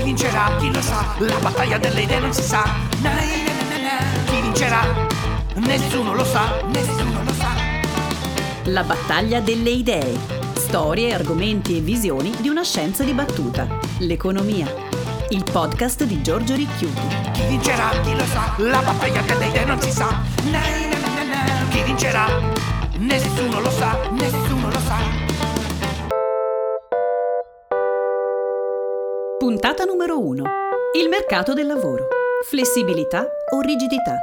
Chi vincerà? Chi lo sa? La battaglia delle idee non si sa. Chi vincerà? Nessuno lo sa, nessuno lo sa. La battaglia delle idee. Storie, argomenti e visioni di una scienza dibattuta. L'economia. Il podcast di Giorgio Ricchiuti. Chi vincerà? Chi lo sa? La battaglia delle idee non si sa. Chi vincerà? Nessuno lo sa, nessuno lo sa. Puntata numero 1. Il mercato del lavoro. Flessibilità o rigidità?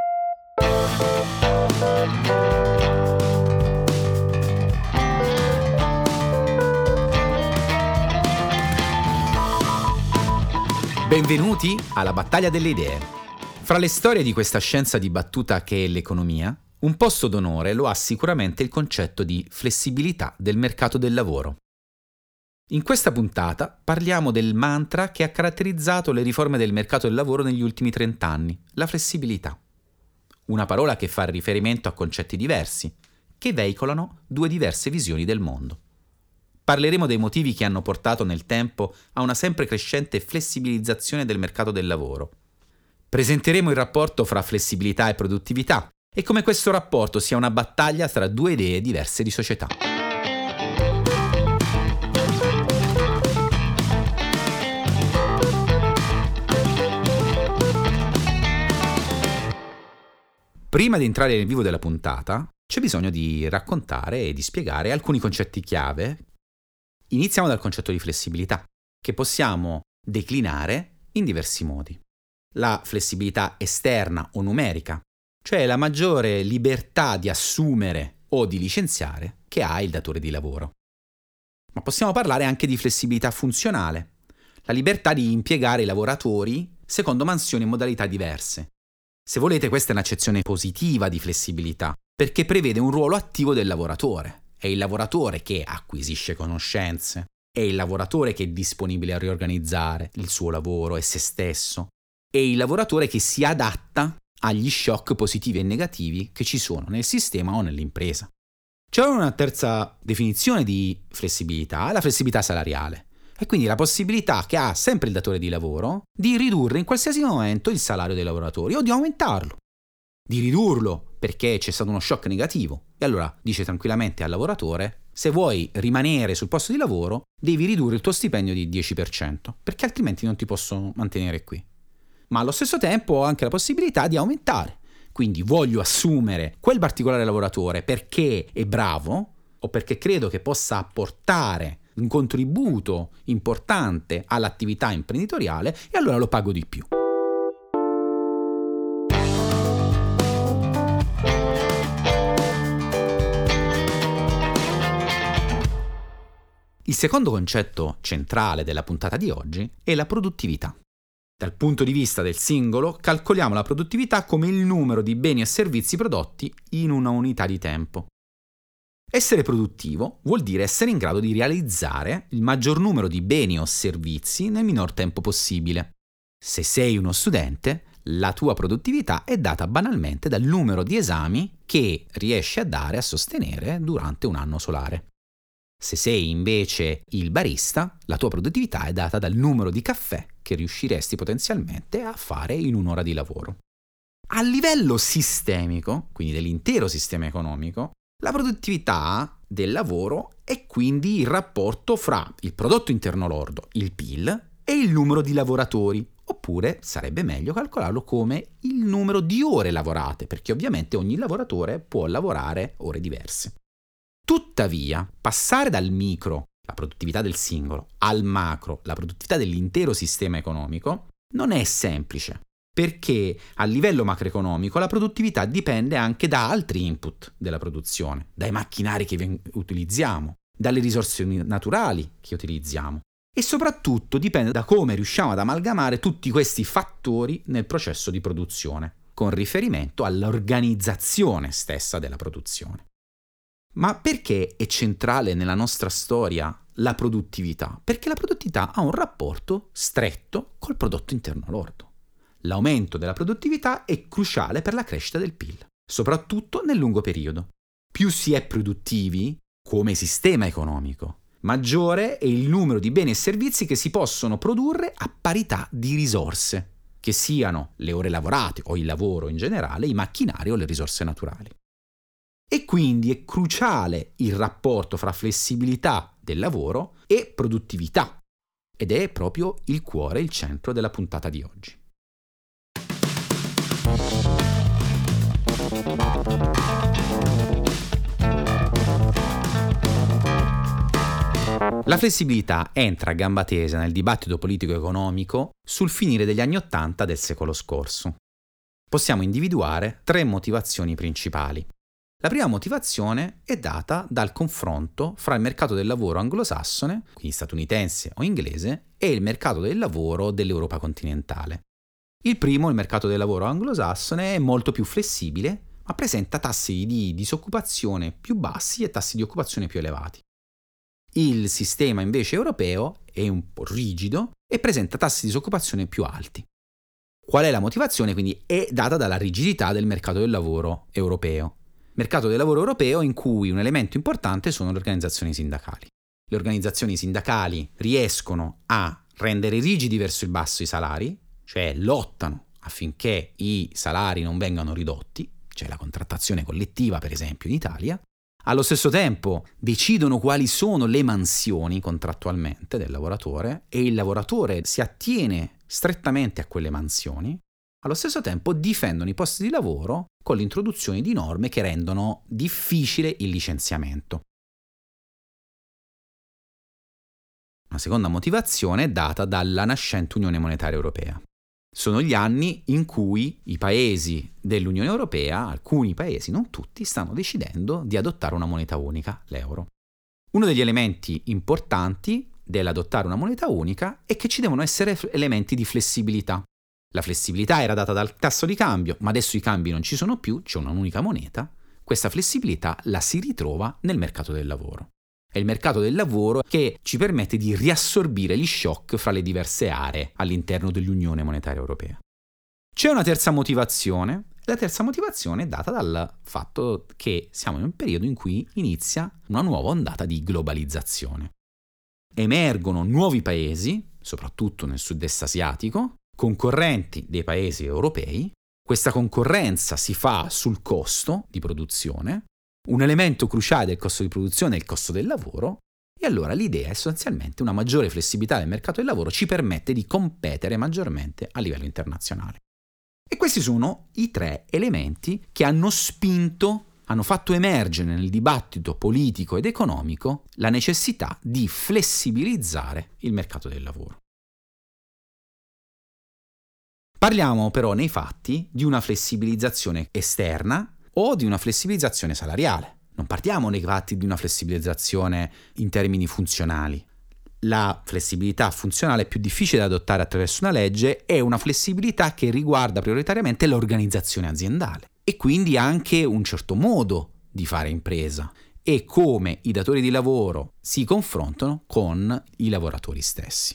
Benvenuti alla battaglia delle idee. Fra le storie di questa scienza dibattuta che è l'economia, un posto d'onore lo ha sicuramente il concetto di flessibilità del mercato del lavoro. In questa puntata parliamo del mantra che ha caratterizzato le riforme del mercato del lavoro negli ultimi 30 anni, la flessibilità. Una parola che fa riferimento a concetti diversi, che veicolano due diverse visioni del mondo. Parleremo dei motivi che hanno portato nel tempo a una sempre crescente flessibilizzazione del mercato del lavoro. Presenteremo il rapporto fra flessibilità e produttività e come questo rapporto sia una battaglia tra due idee diverse di società. Prima di entrare nel vivo della puntata, c'è bisogno di raccontare e di spiegare alcuni concetti chiave. Iniziamo dal concetto di flessibilità, che possiamo declinare in diversi modi. La flessibilità esterna o numerica, cioè la maggiore libertà di assumere o di licenziare che ha il datore di lavoro. Ma possiamo parlare anche di flessibilità funzionale, la libertà di impiegare i lavoratori secondo mansioni e modalità diverse. Se volete, questa è un'accezione positiva di flessibilità, perché prevede un ruolo attivo del lavoratore. È il lavoratore che acquisisce conoscenze, è il lavoratore che è disponibile a riorganizzare il suo lavoro e se stesso, è il lavoratore che si adatta agli shock positivi e negativi che ci sono nel sistema o nell'impresa. C'è una terza definizione di flessibilità, la flessibilità salariale, e quindi la possibilità che ha sempre il datore di lavoro di ridurre in qualsiasi momento il salario dei lavoratori o di aumentarlo. Di ridurlo perché c'è stato uno shock negativo e allora dice tranquillamente al lavoratore: se vuoi rimanere sul posto di lavoro devi ridurre il tuo stipendio di 10% perché altrimenti non ti posso mantenere qui. Ma allo stesso tempo ho anche la possibilità di aumentare, quindi voglio assumere quel particolare lavoratore perché è bravo o perché credo che possa apportare un contributo importante all'attività imprenditoriale e allora lo pago di più. Il secondo concetto centrale della puntata di oggi è la produttività. Dal punto di vista del singolo, calcoliamo la produttività come il numero di beni e servizi prodotti in una unità di tempo. Essere produttivo vuol dire essere in grado di realizzare il maggior numero di beni o servizi nel minor tempo possibile. Se sei uno studente, la tua produttività è data banalmente dal numero di esami che riesci a dare a sostenere durante un anno solare. Se sei invece il barista, la tua produttività è data dal numero di caffè che riusciresti potenzialmente a fare in un'ora di lavoro. A livello sistemico, quindi dell'intero sistema economico, la produttività del lavoro è quindi il rapporto fra il prodotto interno lordo, il PIL, e il numero di lavoratori, oppure sarebbe meglio calcolarlo come il numero di ore lavorate, perché ovviamente ogni lavoratore può lavorare ore diverse. Tuttavia, passare dal micro, la produttività del singolo, al macro, la produttività dell'intero sistema economico, non è semplice, perché a livello macroeconomico la produttività dipende anche da altri input della produzione, dai macchinari che utilizziamo, dalle risorse naturali che utilizziamo e soprattutto dipende da come riusciamo ad amalgamare tutti questi fattori nel processo di produzione, con riferimento all'organizzazione stessa della produzione. Ma perché è centrale nella nostra storia la produttività? Perché la produttività ha un rapporto stretto col prodotto interno lordo. L'aumento della produttività è cruciale per la crescita del PIL, soprattutto nel lungo periodo. Più si è produttivi come sistema economico maggiore è il numero di beni e servizi che si possono produrre a parità di risorse, che siano le ore lavorate o il lavoro in generale, i macchinari o le risorse naturali. E quindi è cruciale il rapporto fra flessibilità del lavoro e produttività, ed è proprio il cuore, il centro della puntata di oggi. La flessibilità entra a gamba tesa nel dibattito politico-economico sul finire degli anni '80 del secolo scorso. Possiamo individuare 3 motivazioni principali. La prima motivazione è data dal confronto fra il mercato del lavoro anglosassone, quindi statunitense o inglese, e il mercato del lavoro dell'Europa continentale. Il primo, il mercato del lavoro anglosassone, è molto più flessibile, ma presenta tassi di disoccupazione più bassi e tassi di occupazione più elevati. Il sistema invece europeo è un po' rigido e presenta tassi di disoccupazione più alti. Qual è la motivazione? Quindi è data dalla rigidità del mercato del lavoro europeo. Mercato del lavoro europeo in cui un elemento importante sono le organizzazioni sindacali. Le organizzazioni sindacali riescono a rendere rigidi verso il basso i salari, cioè lottano affinché i salari non vengano ridotti, c'è la contrattazione collettiva per esempio in Italia. Allo stesso tempo decidono quali sono le mansioni contrattualmente del lavoratore e il lavoratore si attiene strettamente a quelle mansioni. Allo stesso tempo difendono i posti di lavoro con l'introduzione di norme che rendono difficile il licenziamento. Una seconda motivazione è data dalla nascente Unione Monetaria Europea. Sono gli anni in cui i paesi dell'Unione Europea, alcuni paesi, non tutti, stanno decidendo di adottare una moneta unica, l'euro. Uno degli elementi importanti dell'adottare una moneta unica è che ci devono essere elementi di flessibilità. La flessibilità era data dal tasso di cambio, ma adesso i cambi non ci sono più, c'è un'unica moneta. Questa flessibilità la si ritrova nel mercato del lavoro. È il mercato del lavoro che ci permette di riassorbire gli shock fra le diverse aree all'interno dell'Unione Monetaria Europea. C'è una terza motivazione. La terza motivazione è data dal fatto che siamo in un periodo in cui inizia una nuova ondata di globalizzazione. Emergono nuovi paesi, soprattutto nel sud-est asiatico, concorrenti dei paesi europei. Questa concorrenza si fa sul costo di produzione. Un elemento cruciale del costo di produzione è il costo del lavoro, e allora l'idea è sostanzialmente una maggiore flessibilità del mercato del lavoro ci permette di competere maggiormente a livello internazionale. E questi sono i 3 elementi che hanno fatto emergere nel dibattito politico ed economico la necessità di flessibilizzare il mercato del lavoro. Parliamo però nei fatti di una flessibilizzazione esterna o di una flessibilizzazione salariale. Non partiamo nei fatti di una flessibilizzazione in termini funzionali. La flessibilità funzionale è più difficile da adottare attraverso una legge, è una flessibilità che riguarda prioritariamente l'organizzazione aziendale e quindi anche un certo modo di fare impresa e come i datori di lavoro si confrontano con i lavoratori stessi.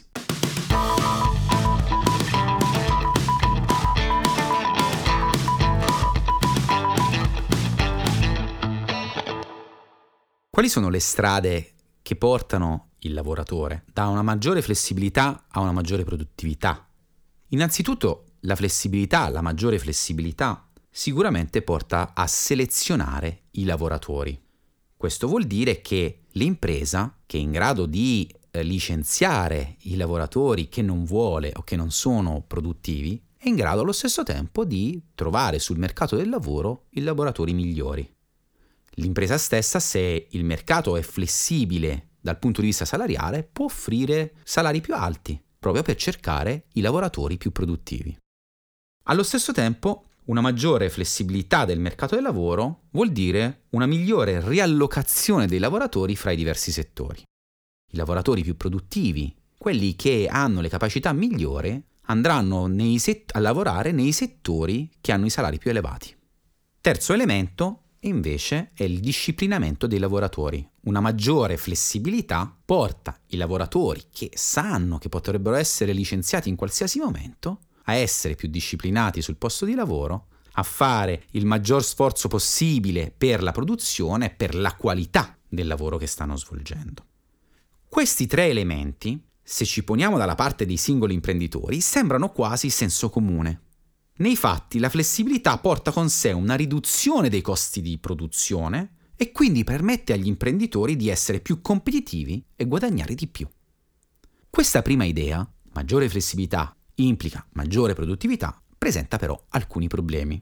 Quali sono le strade che portano il lavoratore da una maggiore flessibilità a una maggiore produttività? Innanzitutto la maggiore flessibilità sicuramente porta a selezionare i lavoratori. Questo vuol dire che l'impresa, che è in grado di licenziare i lavoratori che non vuole o che non sono produttivi, è in grado allo stesso tempo di trovare sul mercato del lavoro i lavoratori migliori. L'impresa stessa, se il mercato è flessibile dal punto di vista salariale, può offrire salari più alti, proprio per cercare i lavoratori più produttivi. Allo stesso tempo, una maggiore flessibilità del mercato del lavoro vuol dire una migliore riallocazione dei lavoratori fra i diversi settori. I lavoratori più produttivi, quelli che hanno le capacità migliori, andranno a lavorare nei settori che hanno i salari più elevati. Terzo elemento invece è il disciplinamento dei lavoratori. Una maggiore flessibilità porta i lavoratori che sanno che potrebbero essere licenziati in qualsiasi momento a essere più disciplinati sul posto di lavoro, a fare il maggior sforzo possibile per la produzione e per la qualità del lavoro che stanno svolgendo. Questi 3 elementi, se ci poniamo dalla parte dei singoli imprenditori, sembrano quasi senso comune. Nei fatti, la flessibilità porta con sé una riduzione dei costi di produzione e quindi permette agli imprenditori di essere più competitivi e guadagnare di più. Questa prima idea, maggiore flessibilità implica maggiore produttività, presenta però alcuni problemi.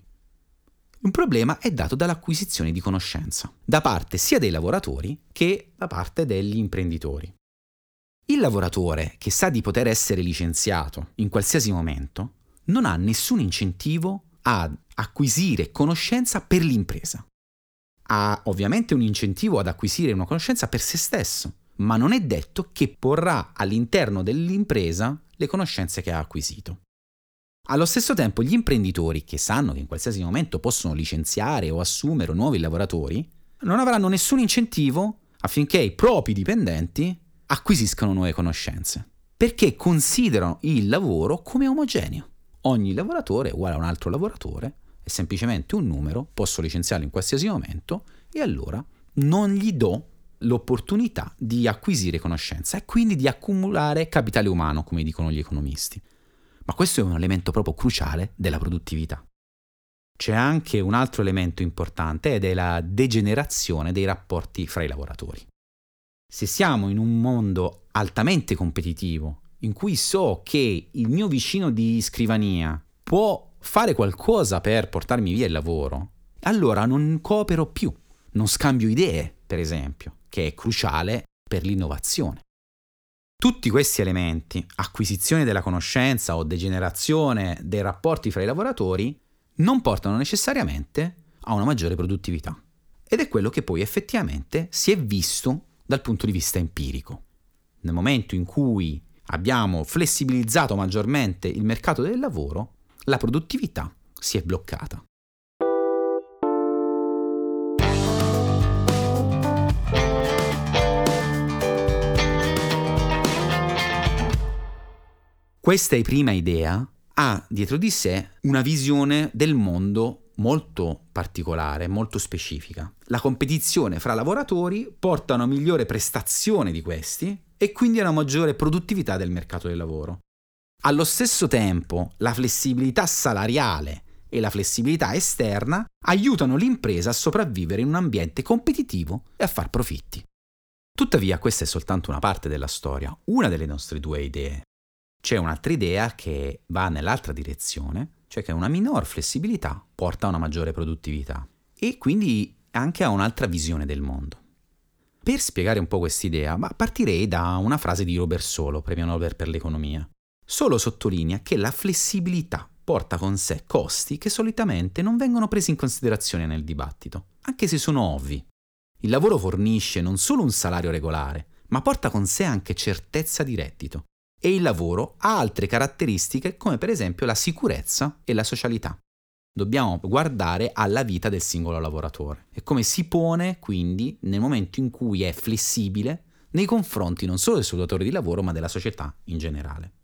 Un problema è dato dall'acquisizione di conoscenza, da parte sia dei lavoratori che da parte degli imprenditori. Il lavoratore che sa di poter essere licenziato in qualsiasi momento non ha nessun incentivo ad acquisire conoscenza per l'impresa. Ha ovviamente un incentivo ad acquisire una conoscenza per se stesso, ma non è detto che porrà all'interno dell'impresa le conoscenze che ha acquisito. Allo stesso tempo gli imprenditori che sanno che in qualsiasi momento possono licenziare o assumere nuovi lavoratori non avranno nessun incentivo affinché i propri dipendenti acquisiscano nuove conoscenze, perché considerano il lavoro come omogeneo. Ogni lavoratore è uguale a un altro lavoratore, è semplicemente un numero, posso licenziarlo in qualsiasi momento e allora non gli do l'opportunità di acquisire conoscenza e quindi di accumulare capitale umano, come dicono gli economisti. Ma questo è un elemento proprio cruciale della produttività. C'è anche un altro elemento importante ed è la degenerazione dei rapporti fra i lavoratori. Se siamo in un mondo altamente competitivo, in cui so che il mio vicino di scrivania può fare qualcosa per portarmi via il lavoro, allora non coopero più, non scambio idee, per esempio, che è cruciale per l'innovazione. Tutti questi elementi, acquisizione della conoscenza o degenerazione dei rapporti fra i lavoratori, non portano necessariamente a una maggiore produttività. Ed è quello che poi effettivamente si è visto dal punto di vista empirico. Nel momento in cui abbiamo flessibilizzato maggiormente il mercato del lavoro, la produttività si è bloccata. Questa prima idea ha dietro di sé una visione del mondo molto particolare, molto specifica. La competizione fra lavoratori porta a una migliore prestazione di questi e quindi a una maggiore produttività del mercato del lavoro. Allo stesso tempo, la flessibilità salariale e la flessibilità esterna aiutano l'impresa a sopravvivere in un ambiente competitivo e a far profitti. Tuttavia, questa è soltanto una parte della storia, una delle nostre 2 idee. C'è un'altra idea che va nell'altra direzione, cioè che una minor flessibilità porta a una maggiore produttività e quindi anche a un'altra visione del mondo. Per spiegare un po' quest'idea, partirei da una frase di Robert Solow, premio Nobel per l'economia. Solow sottolinea che la flessibilità porta con sé costi che solitamente non vengono presi in considerazione nel dibattito, anche se sono ovvi. Il lavoro fornisce non solo un salario regolare, ma porta con sé anche certezza di reddito. E il lavoro ha altre caratteristiche come per esempio la sicurezza e la socialità. Dobbiamo guardare alla vita del singolo lavoratore e come si pone quindi nel momento in cui è flessibile nei confronti non solo del suo datore di lavoro ma della società in generale.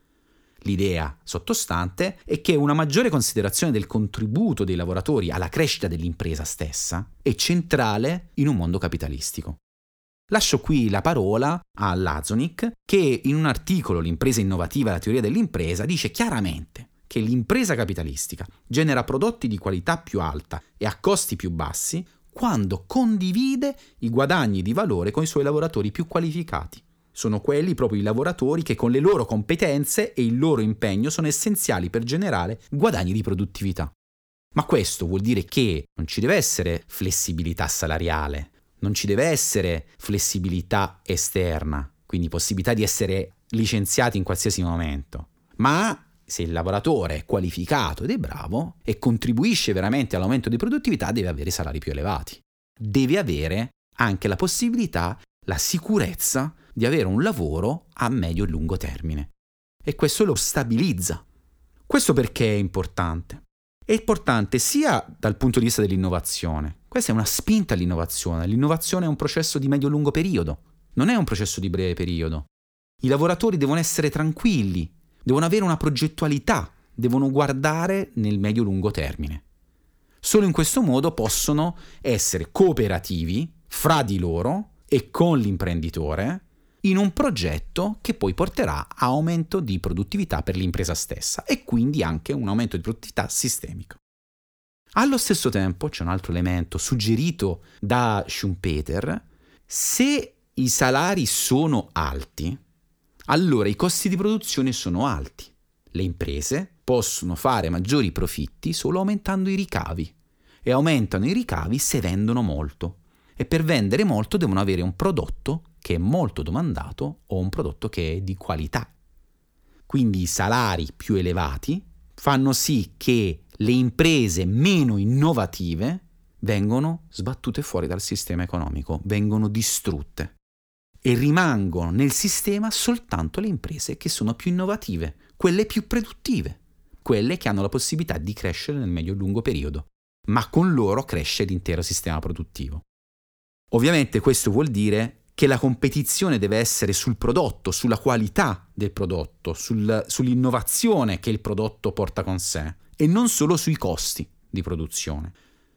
L'idea sottostante è che una maggiore considerazione del contributo dei lavoratori alla crescita dell'impresa stessa è centrale in un mondo capitalistico. Lascio qui la parola a Lazonick che in un articolo L'impresa innovativa e la teoria dell'impresa dice chiaramente che l'impresa capitalistica genera prodotti di qualità più alta e a costi più bassi quando condivide i guadagni di valore con i suoi lavoratori più qualificati. Sono quelli proprio i lavoratori che con le loro competenze e il loro impegno sono essenziali per generare guadagni di produttività. Ma questo vuol dire che non ci deve essere flessibilità salariale, non ci deve essere flessibilità esterna, quindi possibilità di essere licenziati in qualsiasi momento, ma se il lavoratore è qualificato ed è bravo e contribuisce veramente all'aumento di produttività deve avere salari più elevati. Deve avere anche la possibilità, la sicurezza di avere un lavoro a medio e lungo termine. E questo lo stabilizza. Questo perché è importante? È importante sia dal punto di vista dell'innovazione. Questa è una spinta all'innovazione. L'innovazione è un processo di medio-lungo periodo, non è un processo di breve periodo. I lavoratori devono essere tranquilli, devono avere una progettualità, devono guardare nel medio-lungo termine. Solo in questo modo possono essere cooperativi fra di loro e con l'imprenditore in un progetto che poi porterà a aumento di produttività per l'impresa stessa e quindi anche un aumento di produttività sistemico. Allo stesso tempo c'è un altro elemento suggerito da Schumpeter: se i salari sono alti, allora i costi di produzione sono alti. Le imprese possono fare maggiori profitti solo aumentando i ricavi, e aumentano i ricavi se vendono molto, e per vendere molto devono avere un prodotto che è molto domandato o un prodotto che è di qualità. Quindi i salari più elevati fanno sì che le imprese meno innovative vengono sbattute fuori dal sistema economico, vengono distrutte, e rimangono nel sistema soltanto le imprese che sono più innovative, quelle più produttive, quelle che hanno la possibilità di crescere nel medio-lungo periodo, ma con loro cresce l'intero sistema produttivo. Ovviamente questo vuol dire che la competizione deve essere sul prodotto, sulla qualità del prodotto, sull'innovazione che il prodotto porta con sé, e non solo sui costi di produzione.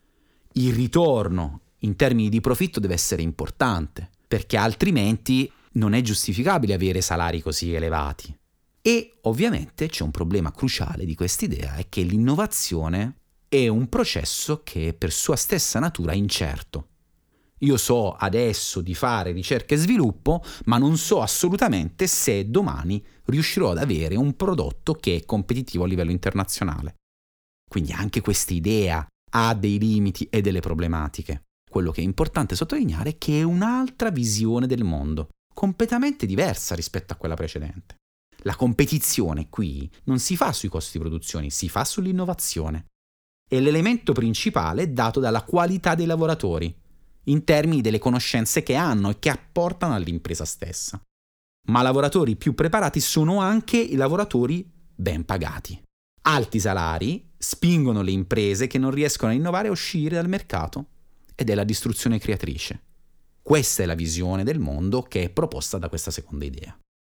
Il ritorno in termini di profitto deve essere importante, perché altrimenti non è giustificabile avere salari così elevati. E ovviamente c'è un problema cruciale di quest'idea, è che l'innovazione è un processo che per sua stessa natura è incerto. Io so adesso di fare ricerca e sviluppo, ma non so assolutamente se domani riuscirò ad avere un prodotto che è competitivo a livello internazionale. Quindi anche questa idea ha dei limiti e delle problematiche. Quello che è importante sottolineare è che è un'altra visione del mondo, completamente diversa rispetto a quella precedente. La competizione qui non si fa sui costi di produzione, si fa sull'innovazione. E l'elemento principale è dato dalla qualità dei lavoratori, in termini delle conoscenze che hanno e che apportano all'impresa stessa. Ma lavoratori più preparati sono anche i lavoratori ben pagati. Alti salari spingono le imprese che non riescono a innovare a uscire dal mercato, ed è la distruzione creatrice. Questa è la visione del mondo che è proposta da questa seconda idea.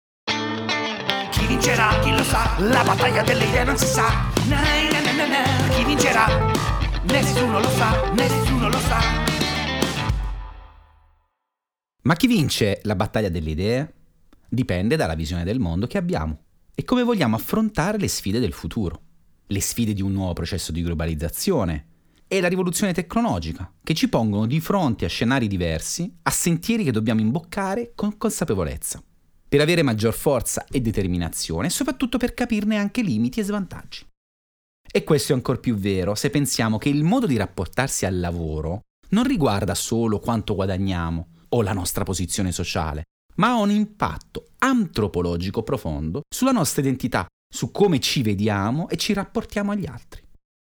Chi vincerà? Chi lo sa? La battaglia delle idee non si sa. Chi vincerà? Nessuno lo sa, nessuno lo sa. Ma chi vince la battaglia delle idee? Dipende dalla visione del mondo che abbiamo e come vogliamo affrontare le sfide del futuro, le sfide di un nuovo processo di globalizzazione e la rivoluzione tecnologica, che ci pongono di fronte a scenari diversi, a sentieri che dobbiamo imboccare con consapevolezza, per avere maggior forza e determinazione e soprattutto per capirne anche limiti e svantaggi. E questo è ancor più vero se pensiamo che il modo di rapportarsi al lavoro non riguarda solo quanto guadagniamo o la nostra posizione sociale, ma ha un impatto antropologico profondo sulla nostra identità, su come ci vediamo e ci rapportiamo agli altri.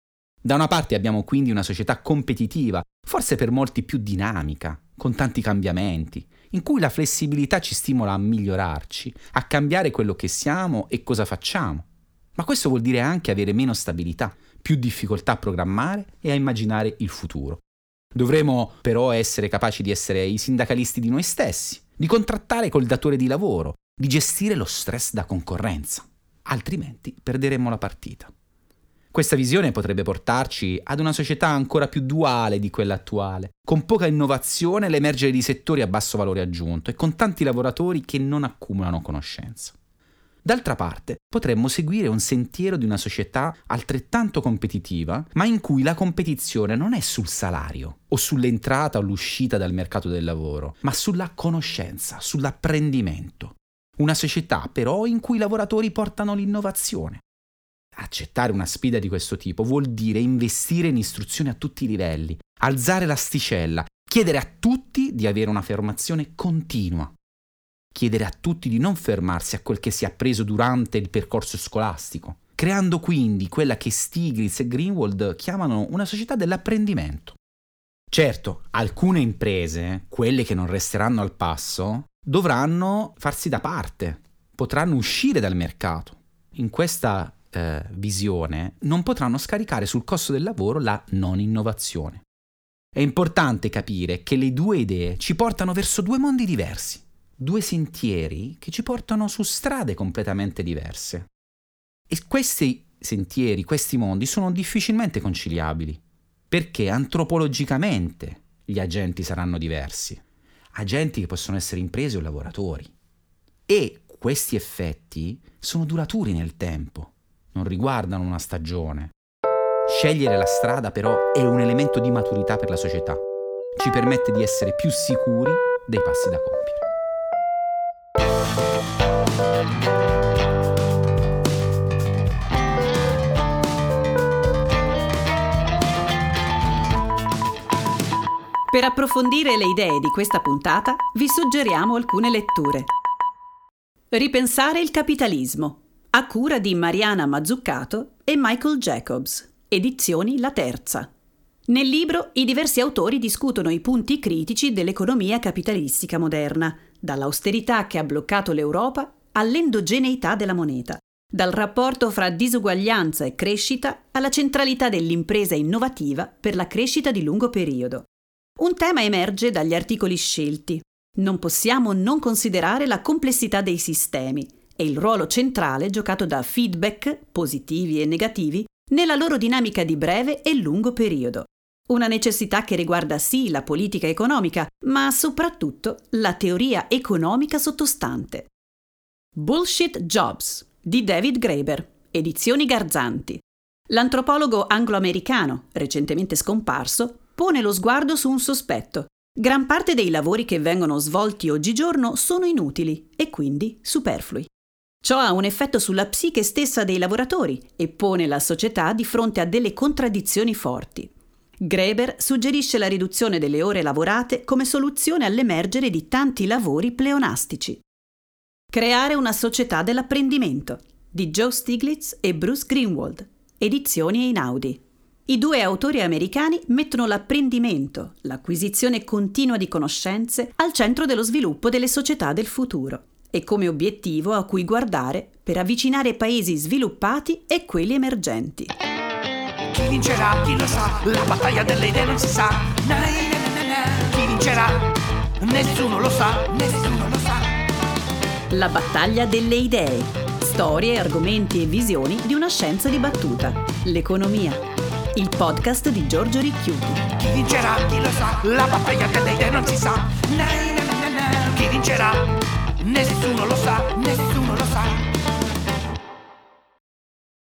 Da una parte abbiamo quindi una società competitiva, forse per molti più dinamica, con tanti cambiamenti, in cui la flessibilità ci stimola a migliorarci, a cambiare quello che siamo e cosa facciamo. Ma questo vuol dire anche avere meno stabilità, più difficoltà a programmare e a immaginare il futuro. Dovremo però essere capaci di essere i sindacalisti di noi stessi, di contrattare col datore di lavoro, di gestire lo stress da concorrenza. Altrimenti perderemo la partita. Questa visione potrebbe portarci ad una società ancora più duale di quella attuale, con poca innovazione e l'emergere di settori a basso valore aggiunto e con tanti lavoratori che non accumulano conoscenza. D'altra parte, potremmo seguire un sentiero di una società altrettanto competitiva, ma in cui la competizione non è sul salario o sull'entrata o l'uscita dal mercato del lavoro, ma sulla conoscenza, sull'apprendimento. Una società, però, in cui i lavoratori portano l'innovazione. Accettare una sfida di questo tipo vuol dire investire in istruzione a tutti i livelli, alzare l'asticella, chiedere a tutti di avere una formazione continua. Chiedere a tutti di non fermarsi a quel che si è appreso durante il percorso scolastico, creando quindi quella che Stiglitz e Greenwald chiamano una società dell'apprendimento. Certo, alcune imprese, quelle che non resteranno al passo, dovranno farsi da parte, potranno uscire dal mercato. In questa visione non potranno scaricare sul costo del lavoro la non innovazione. È importante capire che le due idee ci portano verso due mondi diversi. Due sentieri che ci portano su strade completamente diverse. E questi sentieri, questi mondi sono difficilmente conciliabili, perché antropologicamente gli agenti saranno diversi. Agenti che possono essere imprese o lavoratori, E questi effetti sono duraturi nel tempo, non riguardano una stagione. Scegliere la strada però è un elemento di maturità per la società. Ci permette di essere più sicuri dei passi da compiere. Per approfondire le idee di questa puntata, vi suggeriamo alcune letture. Ripensare il capitalismo, a cura di Mariana Mazzucato e Michael Jacobs, edizioni La Terza. Nel libro i diversi autori discutono i punti critici dell'economia capitalistica moderna, dall'austerità che ha bloccato l'Europa all'endogeneità della moneta, dal rapporto fra disuguaglianza e crescita alla centralità dell'impresa innovativa per la crescita di lungo periodo. Un tema emerge dagli articoli scelti. Non possiamo non considerare la complessità dei sistemi e il ruolo centrale giocato da feedback, positivi e negativi, nella loro dinamica di breve e lungo periodo. Una necessità che riguarda sì la politica economica, ma soprattutto la teoria economica sottostante. Bullshit Jobs di David Graeber, edizioni Garzanti. L'antropologo anglo-americano, recentemente scomparso, pone lo sguardo su un sospetto. Gran parte dei lavori che vengono svolti oggigiorno sono inutili e quindi superflui. Ciò ha un effetto sulla psiche stessa dei lavoratori e pone la società di fronte a delle contraddizioni forti. Graeber suggerisce la riduzione delle ore lavorate come soluzione all'emergere di tanti lavori pleonastici. Creare una società dell'apprendimento di Joe Stiglitz e Bruce Greenwald, edizioni Einaudi. I due autori americani mettono l'apprendimento, l'acquisizione continua di conoscenze, al centro dello sviluppo delle società del futuro e come obiettivo a cui guardare per avvicinare paesi sviluppati e quelli emergenti. Chi vincerà? Chi lo sa? La battaglia delle idee non si sa. Chi vincerà? Nessuno lo sa, nessuno lo sa. La battaglia delle idee. Storie, argomenti e visioni di una scienza dibattuta. L'economia. Il podcast di Giorgio Ricchiuti. Chi vincerà? Chi lo sa? La battaglia delle idee non si sa. Chi vincerà? Nessuno lo sa.